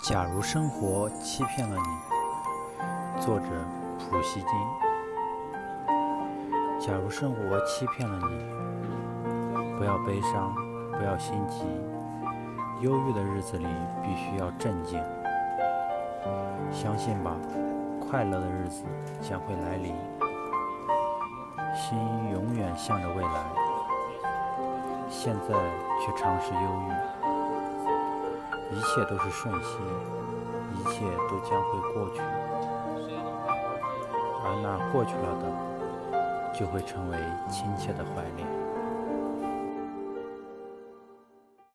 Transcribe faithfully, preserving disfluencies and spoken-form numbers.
假如生活欺骗了你，作者普希金。假如生活欺骗了你，不要悲伤，不要心急，忧郁的日子里必须要镇静。相信吧，快乐的日子将会来临，心永远向着未来，现在却常是忧郁。一切都是瞬息，一切都将会过去，而那过去了的，就会成为亲切的怀念。